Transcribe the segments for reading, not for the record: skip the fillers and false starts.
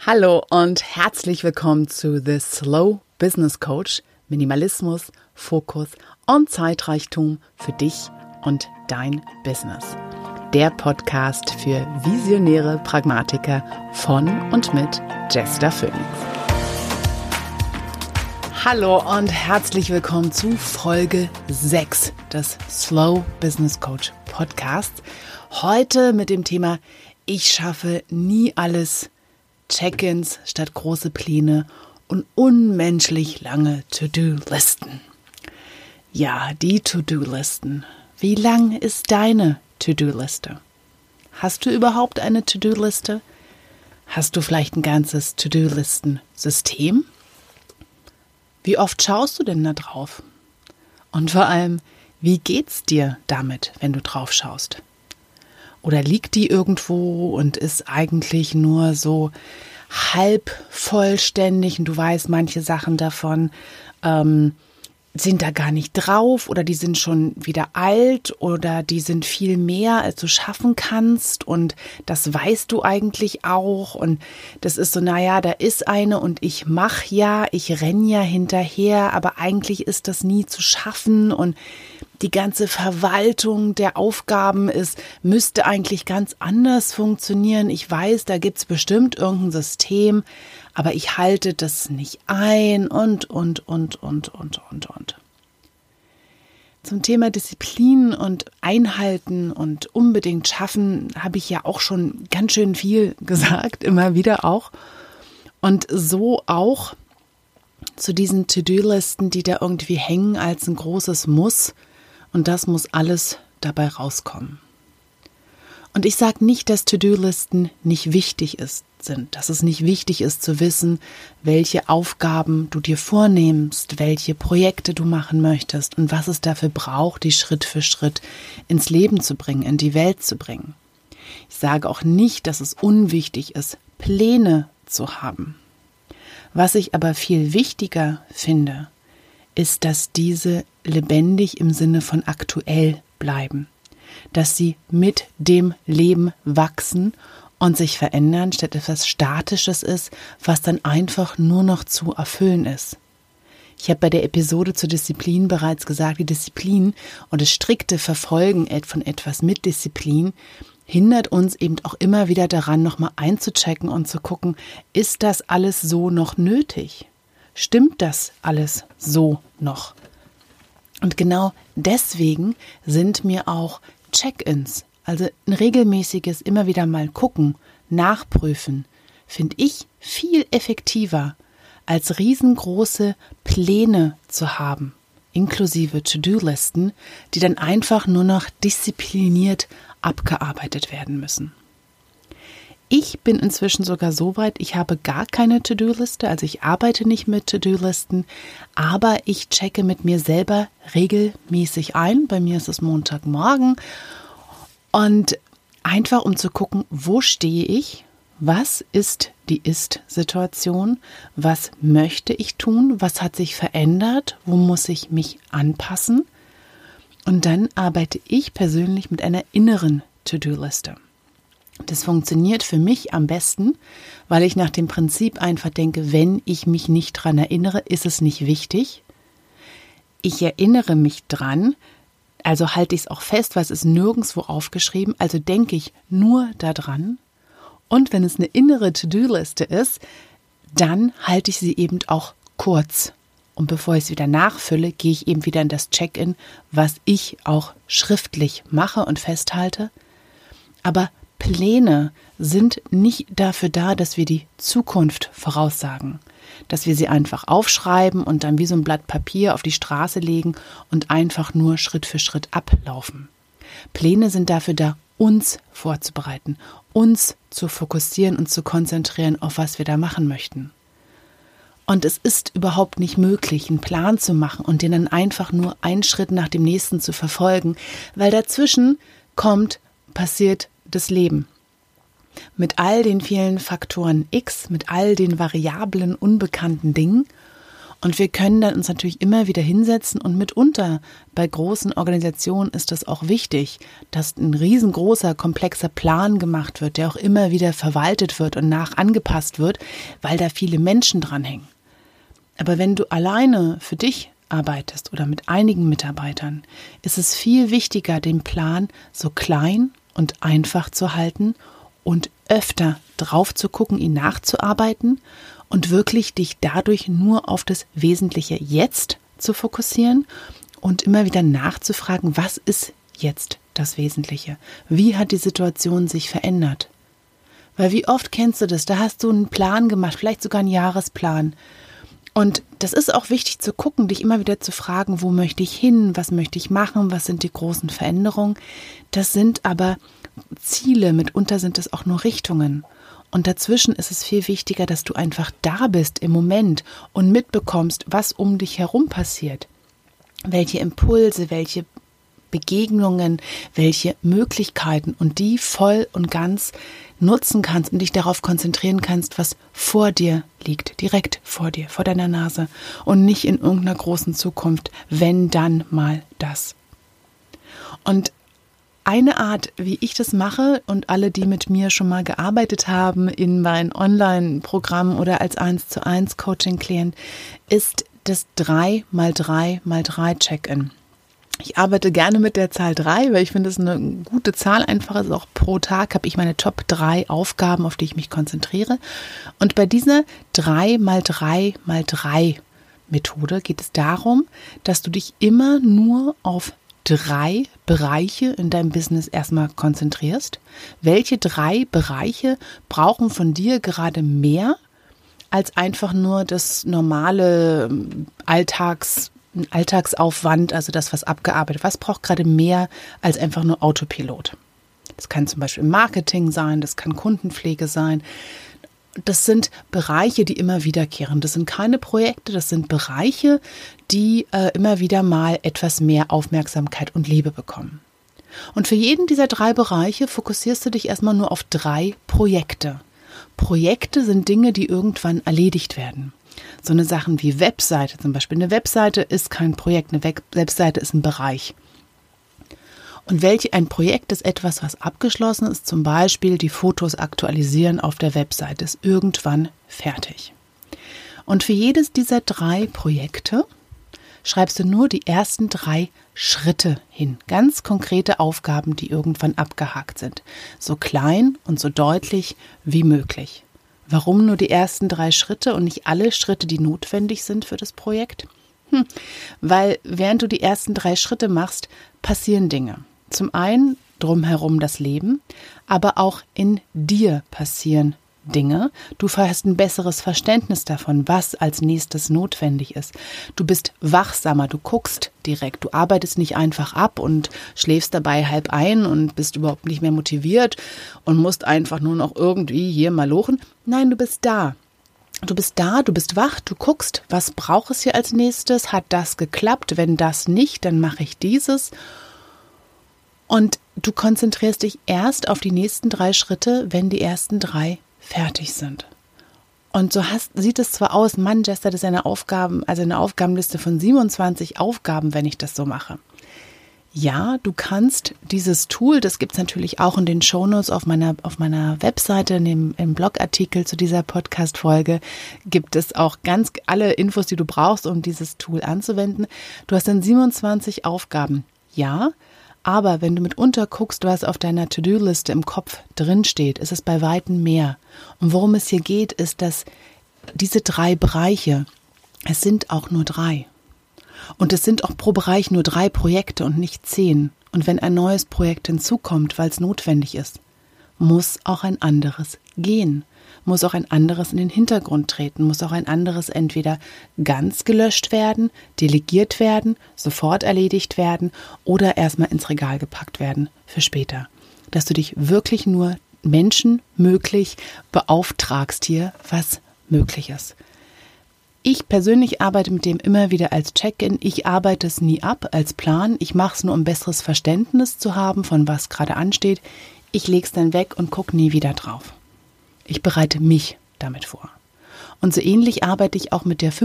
Hallo und herzlich willkommen zu The Slow Business Coach. Minimalismus, Fokus und Zeitreichtum für dich und dein Business. Der Podcast für visionäre Pragmatiker von und mit Jessica Phoenix. Hallo und herzlich willkommen zu Folge 6 des Slow Business Coach Podcasts. Heute mit dem Thema: Ich schaffe nie alles. Check-ins statt große Pläne und unmenschlich lange To-Do-Listen. Ja, die To-Do-Listen. Wie lang ist deine To-Do-Liste? Hast du überhaupt eine To-Do-Liste? Hast du vielleicht ein ganzes To-Do-Listen-System? Wie oft schaust du denn da drauf? Und vor allem, wie geht's dir damit, wenn du drauf schaust? Oder liegt die irgendwo und ist eigentlich nur so halb vollständig und du weißt, manche Sachen davon sind da gar nicht drauf oder die sind schon wieder alt oder die sind viel mehr, als du schaffen kannst und das weißt du eigentlich auch und das ist so, naja, da ist eine und ich renne ja hinterher, aber eigentlich ist das nie zu schaffen und die ganze Verwaltung der Aufgaben müsste eigentlich ganz anders funktionieren. Ich weiß, da gibt's bestimmt irgendein System, aber ich halte das nicht ein und. Zum Thema Disziplin und Einhalten und unbedingt schaffen habe ich ja auch schon ganz schön viel gesagt, immer wieder auch. Und so auch zu diesen To-Do-Listen, die da irgendwie hängen als ein großes Muss. Und das muss alles dabei rauskommen. Und ich sage nicht, dass To-Do-Listen nicht wichtig sind, dass es nicht wichtig ist zu wissen, welche Aufgaben du dir vornimmst, welche Projekte du machen möchtest und was es dafür braucht, die Schritt für Schritt ins Leben zu bringen, in die Welt zu bringen. Ich sage auch nicht, dass es unwichtig ist, Pläne zu haben. Was ich aber viel wichtiger finde, ist, dass diese lebendig im Sinne von aktuell bleiben, dass sie mit dem Leben wachsen und sich verändern, statt etwas Statisches ist, was dann einfach nur noch zu erfüllen ist. Ich habe bei der Episode zur Disziplin bereits gesagt, die Disziplin und das strikte Verfolgen von etwas mit Disziplin hindert uns eben auch immer wieder daran, nochmal einzuchecken und zu gucken, ist das alles so noch nötig? Stimmt das alles so noch? Und genau deswegen sind mir auch Check-ins, also ein regelmäßiges immer wieder mal gucken, nachprüfen, finde ich viel effektiver, als riesengroße Pläne zu haben, inklusive To-Do-Listen, die dann einfach nur noch diszipliniert abgearbeitet werden müssen. Ich bin inzwischen sogar so weit, ich habe gar keine To-Do-Liste, also ich arbeite nicht mit To-Do-Listen, aber ich checke mit mir selber regelmäßig ein. Bei mir ist es Montagmorgen und einfach um zu gucken, wo stehe ich, was ist die Ist-Situation, was möchte ich tun, was hat sich verändert, wo muss ich mich anpassen und dann arbeite ich persönlich mit einer inneren To-Do-Liste. Das funktioniert für mich am besten, weil ich nach dem Prinzip einfach denke, wenn ich mich nicht dran erinnere, ist es nicht wichtig. Ich erinnere mich dran, also halte ich es auch fest, weil es ist nirgendwo aufgeschrieben, also denke ich nur daran. Und wenn es eine innere To-Do-Liste ist, dann halte ich sie eben auch kurz. Und bevor ich es wieder nachfülle, gehe ich eben wieder in das Check-in, was ich auch schriftlich mache und festhalte. Aber Pläne sind nicht dafür da, dass wir die Zukunft voraussagen, dass wir sie einfach aufschreiben und dann wie so ein Blatt Papier auf die Straße legen und einfach nur Schritt für Schritt ablaufen. Pläne sind dafür da, uns vorzubereiten, uns zu fokussieren und zu konzentrieren, auf was wir da machen möchten. Und es ist überhaupt nicht möglich, einen Plan zu machen und den dann einfach nur einen Schritt nach dem nächsten zu verfolgen, weil dazwischen passiert das Leben. Mit all den vielen Faktoren X, mit all den variablen, unbekannten Dingen. Und wir können dann uns natürlich immer wieder hinsetzen und mitunter bei großen Organisationen ist es auch wichtig, dass ein riesengroßer, komplexer Plan gemacht wird, der auch immer wieder verwaltet wird und angepasst wird, weil da viele Menschen dranhängen. Aber wenn du alleine für dich arbeitest oder mit einigen Mitarbeitern, ist es viel wichtiger, den Plan so klein und einfach zu halten und öfter drauf zu gucken, ihn nachzuarbeiten und wirklich dich dadurch nur auf das wesentliche Jetzt zu fokussieren und immer wieder nachzufragen, was ist jetzt das Wesentliche? Wie hat die Situation sich verändert? Weil wie oft kennst du das? Da hast du einen Plan gemacht, vielleicht sogar einen Jahresplan. Und das ist auch wichtig zu gucken, dich immer wieder zu fragen, wo möchte ich hin, was möchte ich machen, was sind die großen Veränderungen. Das sind aber Ziele, mitunter sind es auch nur Richtungen. Und dazwischen ist es viel wichtiger, dass du einfach da bist im Moment und mitbekommst, was um dich herum passiert. Welche Impulse, welche Begegnungen, welche Möglichkeiten und die voll und ganz nutzen kannst und dich darauf konzentrieren kannst, was vor dir liegt, direkt vor dir, vor deiner Nase und nicht in irgendeiner großen Zukunft, wenn dann mal das. Und eine Art, wie ich das mache und alle, die mit mir schon mal gearbeitet haben in meinem Online-Programm oder als 1:1 Coaching-Klient, ist das 3x3x3 Check-in. Ich arbeite gerne mit der Zahl 3, weil ich finde, es eine gute Zahl einfach ist. Auch pro Tag habe ich meine Top 3 Aufgaben, auf die ich mich konzentriere. Und bei dieser 3x3x3 Methode geht es darum, dass du dich immer nur auf 3 Bereiche in deinem Business erstmal konzentrierst. Welche 3 Bereiche brauchen von dir gerade mehr als einfach nur das normale Alltagsaufwand, also das, was abgearbeitet. Was braucht gerade mehr als einfach nur Autopilot? Das kann zum Beispiel Marketing sein, das kann Kundenpflege sein. Das sind Bereiche, die immer wiederkehren. Das sind keine Projekte, das sind Bereiche, die immer wieder mal etwas mehr Aufmerksamkeit und Liebe bekommen. Und für jeden dieser 3 Bereiche fokussierst du dich erstmal nur auf 3 Projekte. Projekte sind Dinge, die irgendwann erledigt werden. So eine Sachen wie Webseite zum Beispiel. Eine Webseite ist kein Projekt, eine Webseite ist ein Bereich. Und ein Projekt ist etwas, was abgeschlossen ist, zum Beispiel die Fotos aktualisieren auf der Webseite, ist irgendwann fertig. Und für jedes dieser 3 Projekte schreibst du nur die ersten 3 Schritte hin. Ganz konkrete Aufgaben, die irgendwann abgehakt sind. So klein und so deutlich wie möglich. Warum nur die ersten 3 Schritte und nicht alle Schritte, die notwendig sind für das Projekt? Weil während du die ersten 3 Schritte machst, passieren Dinge. Zum einen drumherum das Leben, aber auch in dir passieren Dinge. Du hast ein besseres Verständnis davon, was als nächstes notwendig ist. Du bist wachsamer, du guckst direkt, du arbeitest nicht einfach ab und schläfst dabei halb ein und bist überhaupt nicht mehr motiviert und musst einfach nur noch irgendwie hier mal lochen. Nein, du bist da. Du bist da, du bist wach, du guckst, was braucht es hier als nächstes? Hat das geklappt? Wenn das nicht, dann mache ich dieses. Und du konzentrierst dich erst auf die nächsten 3 Schritte, wenn die ersten 3 fertig sind. Und so sieht es zwar aus, Mann, Jester, das ist eine Aufgabenliste von 27 Aufgaben, wenn ich das so mache. Ja, du kannst dieses Tool, das gibt es natürlich auch in den Shownotes auf meiner Webseite, im Blogartikel zu dieser Podcast-Folge, gibt es auch alle Infos, die du brauchst, um dieses Tool anzuwenden. Du hast dann 27 Aufgaben. Ja, aber wenn du mitunter guckst, was auf deiner To-Do-Liste im Kopf drin steht, ist es bei Weitem mehr. Und worum es hier geht, ist, dass diese 3 Bereiche, es sind auch nur 3. Und es sind auch pro Bereich nur 3 Projekte und nicht 10. Und wenn ein neues Projekt hinzukommt, weil es notwendig ist, muss auch ein anderes gehen. Muss auch ein anderes in den Hintergrund treten, muss auch ein anderes entweder ganz gelöscht werden, delegiert werden, sofort erledigt werden oder erstmal ins Regal gepackt werden für später. Dass du dich wirklich nur menschenmöglich beauftragst hier, was möglich ist. Ich persönlich arbeite mit dem immer wieder als Check-in. Ich arbeite es nie ab als Plan. Ich mache es nur, um besseres Verständnis zu haben, von was gerade ansteht. Ich lege es dann weg und gucke nie wieder drauf. Ich bereite mich damit vor. Und so ähnlich arbeite ich auch mit der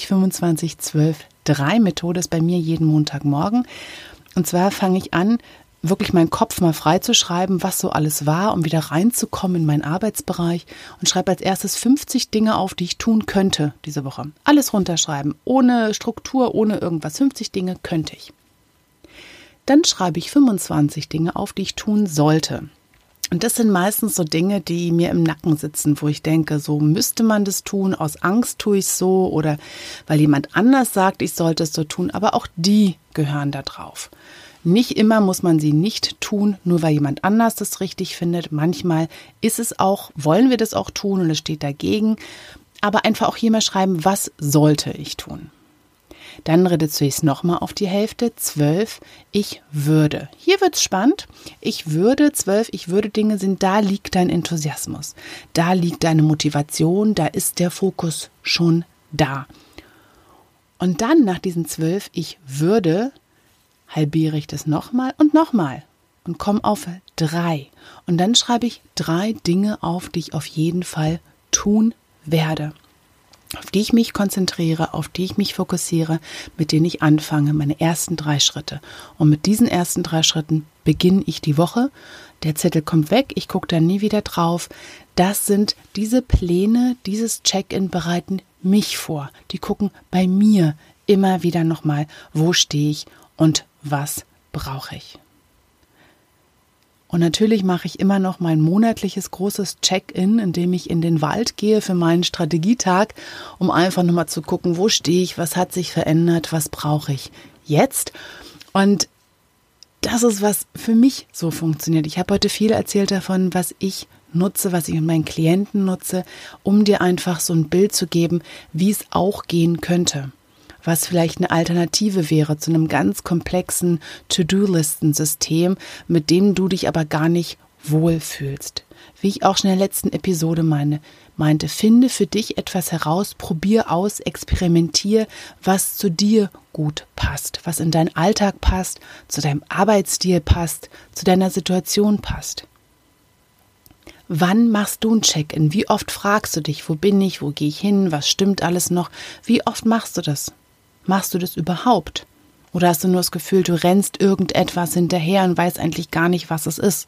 50-25-12-3-Methode, ist bei mir jeden Montagmorgen. Und zwar fange ich an, wirklich meinen Kopf mal frei zu schreiben, was so alles war, um wieder reinzukommen in meinen Arbeitsbereich und schreibe als erstes 50 Dinge auf, die ich tun könnte diese Woche. Alles runterschreiben, ohne Struktur, ohne irgendwas. 50 Dinge könnte ich. Dann schreibe ich 25 Dinge auf, die ich tun sollte. Und das sind meistens so Dinge, die mir im Nacken sitzen, wo ich denke, so müsste man das tun, aus Angst tue ich es so oder weil jemand anders sagt, ich sollte es so tun, aber auch die gehören da drauf. Nicht immer muss man sie nicht tun, nur weil jemand anders das richtig findet. Manchmal ist es auch, wollen wir das auch tun und es steht dagegen. Aber einfach auch hier mal schreiben, was sollte ich tun? Dann reduziere ich es nochmal auf die Hälfte. 12, ich würde. Hier wird es spannend. Ich würde, 12, ich würde Dinge sind, da liegt dein Enthusiasmus. Da liegt deine Motivation, da ist der Fokus schon da. Und dann nach diesen 12, ich würde, halbiere ich das nochmal und komme auf 3. Und dann schreibe ich 3 Dinge auf, die ich auf jeden Fall tun werde, auf die ich mich konzentriere, auf die ich mich fokussiere, mit denen ich anfange, meine ersten 3 Schritte. Und mit diesen ersten 3 Schritten beginne ich die Woche. Der Zettel kommt weg, ich gucke da nie wieder drauf. Das sind diese Pläne, dieses Check-in bereiten mich vor. Die gucken bei mir immer wieder nochmal, wo stehe ich und was brauche ich? Und natürlich mache ich immer noch mein monatliches großes Check-in, in dem ich in den Wald gehe für meinen Strategietag, um einfach nochmal zu gucken, wo stehe ich, was hat sich verändert, was brauche ich jetzt? Und das ist, was für mich so funktioniert. Ich habe heute viel erzählt davon, was ich nutze, was ich mit meinen Klienten nutze, um dir einfach so ein Bild zu geben, wie es auch gehen könnte. Was vielleicht eine Alternative wäre zu einem ganz komplexen To-Do-Listen-System, mit dem du dich aber gar nicht wohlfühlst. Wie ich auch schon in der letzten Episode meinte, finde für dich etwas heraus, probier aus, experimentier, was zu dir gut passt, was in deinen Alltag passt, zu deinem Arbeitsstil passt, zu deiner Situation passt. Wann machst du ein Check-in? Wie oft fragst du dich, wo bin ich, wo gehe ich hin, was stimmt alles noch? Wie oft machst du das? Machst du das überhaupt? Oder hast du nur das Gefühl, du rennst irgendetwas hinterher und weißt eigentlich gar nicht, was es ist?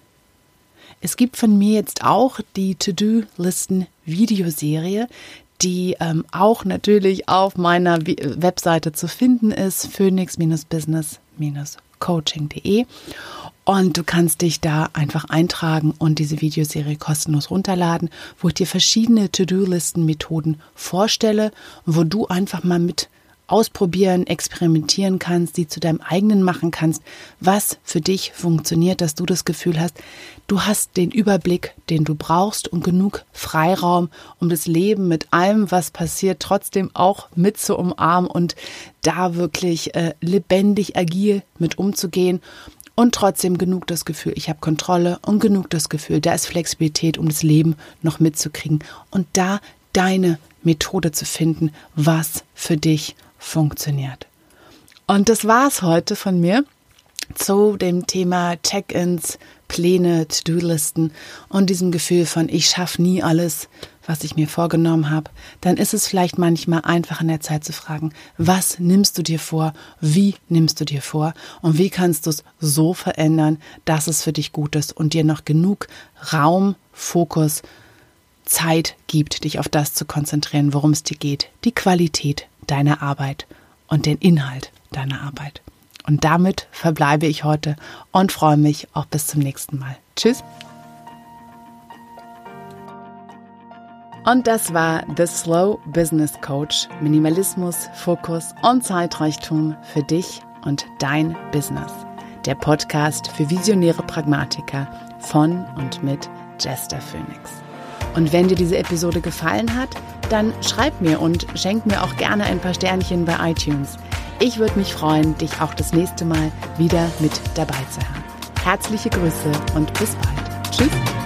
Es gibt von mir jetzt auch die To-Do-Listen-Videoserie, die auch natürlich auf meiner Webseite zu finden ist, phoenix-business-coaching.de. Und du kannst dich da einfach eintragen und diese Videoserie kostenlos runterladen, wo ich dir verschiedene To-Do-Listen-Methoden vorstelle und wo du einfach mal mit ausprobieren, experimentieren kannst, die zu deinem eigenen machen kannst, was für dich funktioniert, dass du das Gefühl hast, du hast den Überblick, den du brauchst und genug Freiraum, um das Leben mit allem, was passiert, trotzdem auch mit zu umarmen und da wirklich lebendig, agil mit umzugehen und trotzdem genug das Gefühl, ich habe Kontrolle und genug das Gefühl, da ist Flexibilität, um das Leben noch mitzukriegen und da deine Methode zu finden, was für dich funktioniert. Und das war's heute von mir zu dem Thema Check-ins, Pläne, To-Do-Listen und diesem Gefühl von, ich schaffe nie alles, was ich mir vorgenommen habe. Dann ist es vielleicht manchmal einfach in der Zeit zu fragen, was nimmst du dir vor, wie nimmst du dir vor und wie kannst du es so verändern, dass es für dich gut ist und dir noch genug Raum, Fokus, Zeit gibt, dich auf das zu konzentrieren, worum es dir geht, die Qualität deiner Arbeit und den Inhalt deiner Arbeit. Und damit verbleibe ich heute und freue mich auch bis zum nächsten Mal. Tschüss. Und das war The Slow Business Coach. Minimalismus, Fokus und Zeitreichtum für dich und dein Business. Der Podcast für visionäre Pragmatiker von und mit Jester Phoenix. Und wenn dir diese Episode gefallen hat, dann schreib mir und schenk mir auch gerne ein paar Sternchen bei iTunes. Ich würde mich freuen, dich auch das nächste Mal wieder mit dabei zu haben. Herzliche Grüße und bis bald. Tschüss.